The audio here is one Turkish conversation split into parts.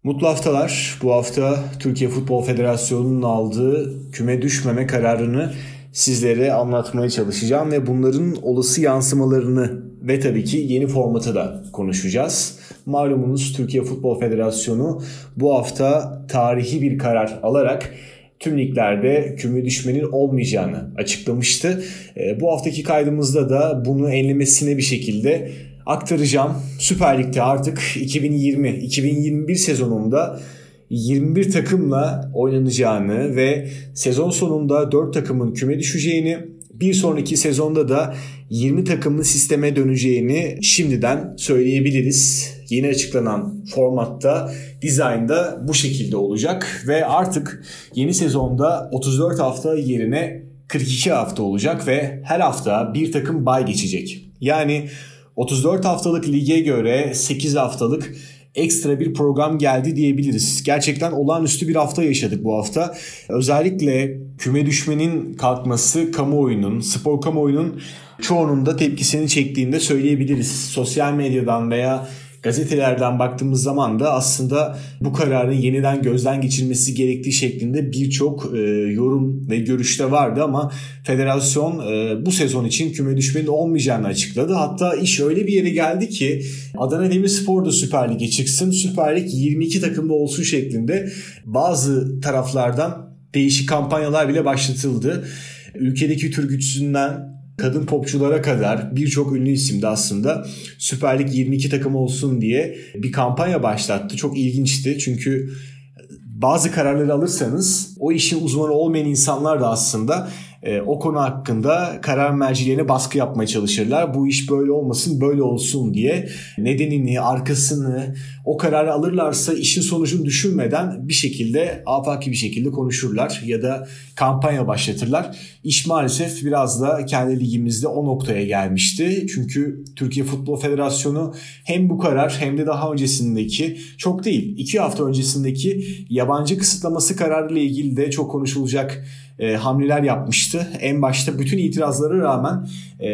Mutlu haftalar. Bu hafta Türkiye Futbol Federasyonu'nun aldığı küme düşmeme kararını sizlere anlatmaya çalışacağım ve bunların olası yansımalarını ve tabii ki yeni formatı da konuşacağız. Malumunuz Türkiye Futbol Federasyonu bu hafta tarihi bir karar alarak tüm liglerde küme düşmenin olmayacağını açıklamıştı. Bu haftaki kaydımızda da bunu enlemesine bir şekilde aktaracağım. Süper Lig'de artık 2020-2021 sezonunda 21 takımla oynanacağını ve sezon sonunda 4 takımın küme düşeceğini, bir sonraki sezonda da 20 takımlı sisteme döneceğini şimdiden söyleyebiliriz. Yeni açıklanan formatta, dizaynda bu şekilde olacak ve artık yeni sezonda 34 hafta yerine 42 hafta olacak ve her hafta bir takım bay geçecek. Yani 34 haftalık lige göre 8 haftalık ekstra bir program geldi diyebiliriz. Gerçekten olağanüstü bir hafta yaşadık bu hafta. Özellikle küme düşmenin kalkması kamuoyunun, spor kamuoyunun çoğunun da tepkisini çektiğini de söyleyebiliriz. Sosyal medyadan veya gazetelerden baktığımız zaman da aslında bu kararın yeniden gözden geçirilmesi gerektiği şeklinde birçok yorum ve görüşte vardı ama federasyon bu sezon için küme düşmenin olmayacağını açıkladı. Hatta iş öyle bir yere geldi ki Adana Demirspor da Süper Lig'e çıksın, Süper Lig 22 takımlı olsun şeklinde bazı taraflardan değişik kampanyalar bile başlatıldı. Ülkedeki Türk güçsüzünden kadın popçulara kadar birçok ünlü isim de aslında Süper Lig 22 takım olsun diye bir kampanya başlattı. Çok ilginçti çünkü bazı kararları alırsanız o işin uzmanı olmayan insanlar da aslında o konu hakkında karar mercilerine baskı yapmaya çalışırlar. Bu iş böyle olmasın, böyle olsun diye nedenini, arkasını, o kararı alırlarsa işin sonucunu düşünmeden bir şekilde afaki bir şekilde konuşurlar ya da kampanya başlatırlar. İş maalesef biraz da kendi ligimizde o noktaya gelmişti. Çünkü Türkiye Futbol Federasyonu hem bu karar hem de daha öncesindeki, çok değil 2 hafta öncesindeki yabancı kısıtlaması kararıyla ilgili de çok konuşulacak hamleler yapmıştı. En başta bütün itirazlara rağmen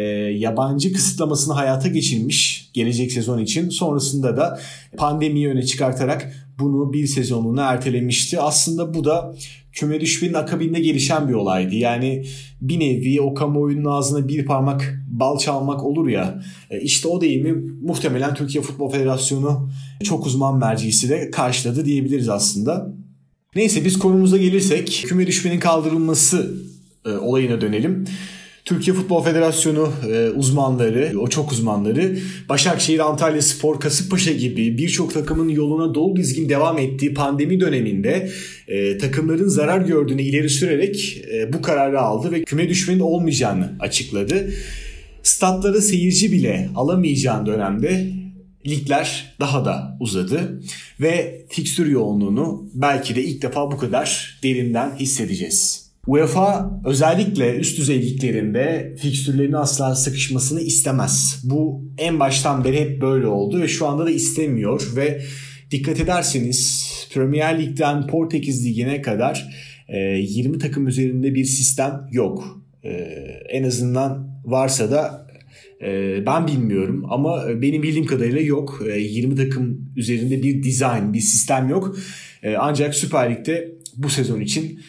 yabancı kısıtlamasını hayata geçirmiş gelecek sezon için. Sonrasında da pandemiyi öne çıkartarak bunu bir sezonluğuna ertelemişti. Aslında bu da küme düşmenin akabinde gelişen bir olaydı. Yani bir nevi o kamuoyunun ağzına bir parmak bal çalmak olur ya. İşte o deyimi muhtemelen Türkiye Futbol Federasyonu çok uzman mercisi de karşıladı diyebiliriz aslında. Neyse biz konumuza gelirsek küme düşmenin kaldırılması olayına dönelim. Türkiye Futbol Federasyonu uzmanları, o çok uzmanları Başakşehir, Antalyaspor, Kasımpaşa gibi birçok takımın yoluna dolu dizgin devam ettiği pandemi döneminde takımların zarar gördüğünü ileri sürerek bu kararı aldı ve küme düşmenin olmayacağını açıkladı. Statlara seyirci bile alamayacağın dönemde ligler daha da uzadı ve fikstür yoğunluğunu belki de ilk defa bu kadar derinden hissedeceğiz. UEFA özellikle üst düzey liglerinde fikstürlerin asla sıkışmasını istemez. Bu en baştan beri hep böyle oldu ve şu anda da istemiyor ve dikkat ederseniz Premier Lig'den Portekiz Ligi'ne kadar 20 takım üzerinde bir sistem yok. En azından varsa da ben bilmiyorum ama benim bildiğim kadarıyla yok. 20 takım üzerinde bir dizayn, bir sistem yok. Ancak Süper Lig'de bu sezon için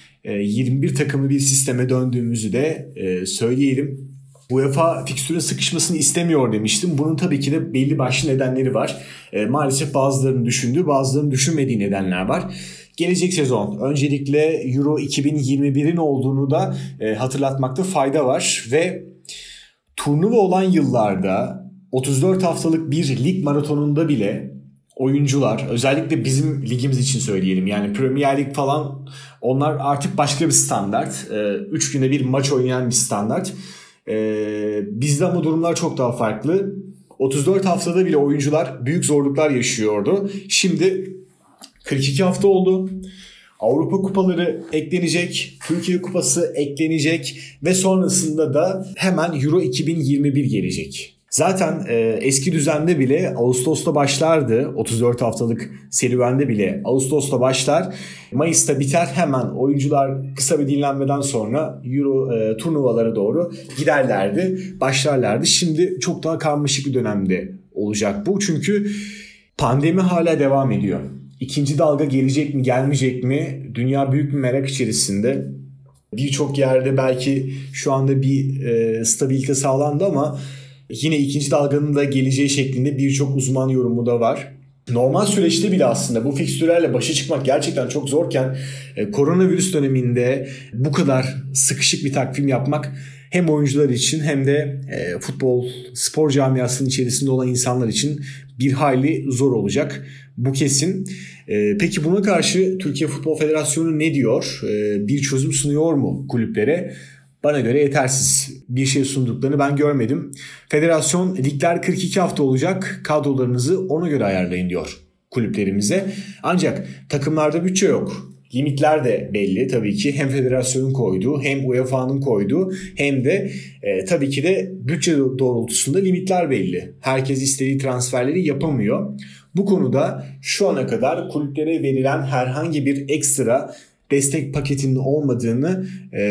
21 takımlı bir sisteme döndüğümüzü de söyleyelim. UEFA fikstürün sıkışmasını istemiyor demiştim. Bunun tabii ki de belli başlı nedenleri var. Maalesef bazılarının düşündüğü, bazılarının düşünmediği nedenler var. Gelecek sezon öncelikle Euro 2021'in olduğunu da hatırlatmakta fayda var ve turnuva olan yıllarda 34 haftalık bir lig maratonunda bile oyuncular, özellikle bizim ligimiz için söyleyelim, yani Premier Lig falan, onlar artık başka bir standart. 3 günde bir maç oynayan bir standart. Bizde ama durumlar çok daha farklı. 34 haftada bile oyuncular büyük zorluklar yaşıyordu. Şimdi 42 hafta oldu. Avrupa kupaları eklenecek, Türkiye Kupası eklenecek ve sonrasında da hemen Euro 2021 gelecek. Zaten eski düzende bile Ağustos'ta başlardı. 34 haftalık serüvende bile Ağustos'ta başlar. Mayıs'ta biter, hemen oyuncular kısa bir dinlenmeden sonra Euro turnuvalara doğru giderlerdi, başlarlardı. Şimdi çok daha karmaşık bir dönemde olacak bu. Çünkü pandemi hala devam ediyor. İkinci dalga gelecek mi gelmeyecek mi? Dünya büyük bir merak içerisinde. Birçok yerde belki şu anda bir stabilite sağlandı ama yine ikinci dalganın da geleceği şeklinde birçok uzman yorumu da var. Normal süreçte bile aslında bu fikstürlerle başa çıkmak gerçekten çok zorken koronavirüs döneminde bu kadar sıkışık bir takvim yapmak hem oyuncular için hem de futbol, spor camiasının içerisinde olan insanlar için bir hayli zor olacak. Bu kesin. Peki buna karşı Türkiye Futbol Federasyonu ne diyor? Bir çözüm sunuyor mu kulüplere? Bana göre yetersiz bir şey sunduklarını ben görmedim. Federasyon ligler 42 hafta olacak, kadrolarınızı ona göre ayarlayın diyor kulüplerimize. Ancak takımlarda bütçe yok. Limitler de belli tabii ki, hem federasyonun koyduğu hem UEFA'nın koyduğu hem de tabii ki de bütçe doğrultusunda limitler belli. Herkes istediği transferleri yapamıyor. Bu konuda şu ana kadar kulüplere verilen herhangi bir ekstra destek paketinin olmadığını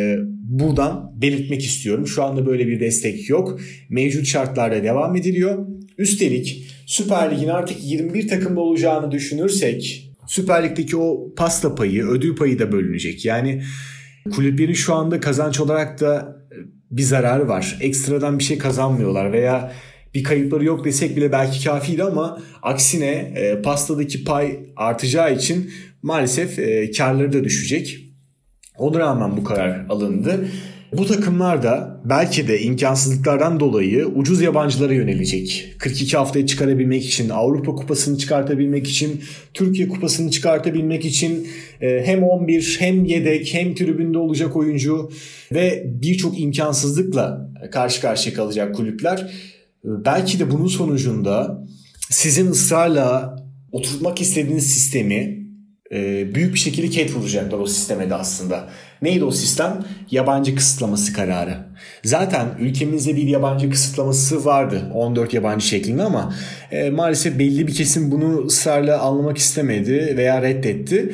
buradan belirtmek istiyorum. Şu anda böyle bir destek yok. Mevcut şartlarda devam ediliyor. Üstelik Süper Lig'in artık 21 takımda olacağını düşünürsek Süper Lig'deki o pasta payı, ödül payı da bölünecek. Yani kulüplerin şu anda kazanç olarak da bir zararı var. Ekstradan bir şey kazanmıyorlar veya bir kayıpları yok desek bile belki kafiydi ama aksine pastadaki pay artacağı için maalesef karları da düşecek. Ona rağmen bu karar alındı. Bu takımlar da belki de imkansızlıklardan dolayı ucuz yabancılara yönelecek. 42 haftaya çıkarabilmek için, Avrupa Kupası'nı çıkartabilmek için, Türkiye Kupası'nı çıkartabilmek için hem 11 hem yedek hem tribünde olacak oyuncu ve birçok imkansızlıkla karşı karşıya kalacak kulüpler. Belki de bunun sonucunda sizin ısrarla oturtmak istediğiniz sistemi büyük bir şekilde ket vuracaklar o sisteme de aslında. Neydi o sistem? Yabancı kısıtlaması kararı. Zaten ülkemizde bir yabancı kısıtlaması vardı. 14 yabancı şeklinde ama maalesef belli bir kesim bunu ısrarla anlamak istemedi veya reddetti.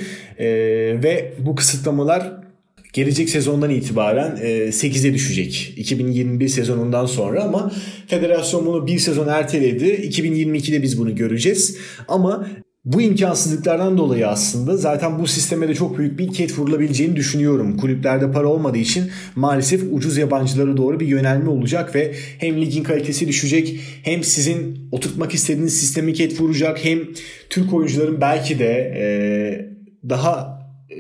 Ve bu kısıtlamalar gelecek sezondan itibaren 8'e düşecek. 2021 sezonundan sonra ama federasyon bunu bir sezon erteledi. 2022'de biz bunu göreceğiz. Ama bu imkansızlıklardan dolayı aslında zaten bu sisteme de çok büyük bir ket vurulabileceğini düşünüyorum. Kulüplerde para olmadığı için maalesef ucuz yabancılara doğru bir yönelme olacak ve hem ligin kalitesi düşecek, hem sizin oturtmak istediğiniz sistemi ket vuracak, hem Türk oyuncuların belki de daha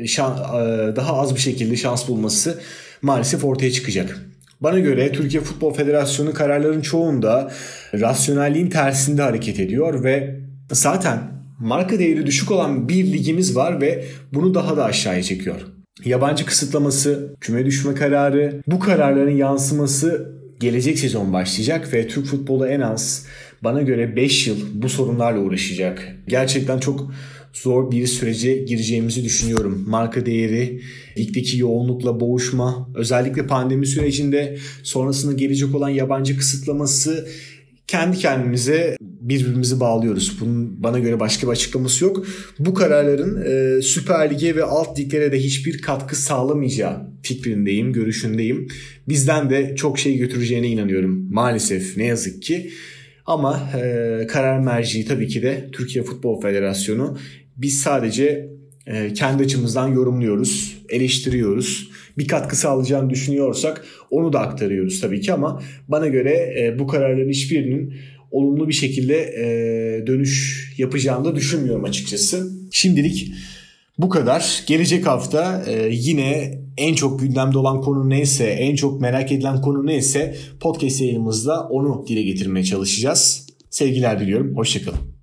az bir şekilde şans bulması maalesef ortaya çıkacak. Bana göre Türkiye Futbol Federasyonu kararların çoğunda rasyonelliğin tersinde hareket ediyor ve zaten marka değeri düşük olan bir ligimiz var ve bunu daha da aşağıya çekiyor. Yabancı kısıtlaması, küme düşme kararı, bu kararların yansıması gelecek sezon başlayacak ve Türk futbolu en az bana göre 5 yıl bu sorunlarla uğraşacak. Gerçekten çok zor bir sürece gireceğimizi düşünüyorum. Marka değeri, ligdeki yoğunlukla boğuşma, özellikle pandemi sürecinde sonrasında gelecek olan yabancı kısıtlaması, kendi kendimize birbirimizi bağlıyoruz. Bunun bana göre başka bir açıklaması yok. Bu kararların Süper Lig'e ve alt liglere de hiçbir katkı sağlamayacağı fikrindeyim, görüşündeyim. Bizden de çok şey götüreceğine inanıyorum. Maalesef, ne yazık ki. Ama karar merci tabii ki de Türkiye Futbol Federasyonu. Biz sadece kendi açımızdan yorumluyoruz, eleştiriyoruz. Bir katkı sağlayacağını düşünüyorsak onu da aktarıyoruz tabii ki ama bana göre bu kararların hiçbirinin olumlu bir şekilde dönüş yapacağını da düşünmüyorum açıkçası. Şimdilik bu kadar. Gelecek hafta yine en çok gündemde olan konu neyse, en çok merak edilen konu neyse podcast yayınımızda onu dile getirmeye çalışacağız. Sevgiler diliyorum. Hoşçakalın.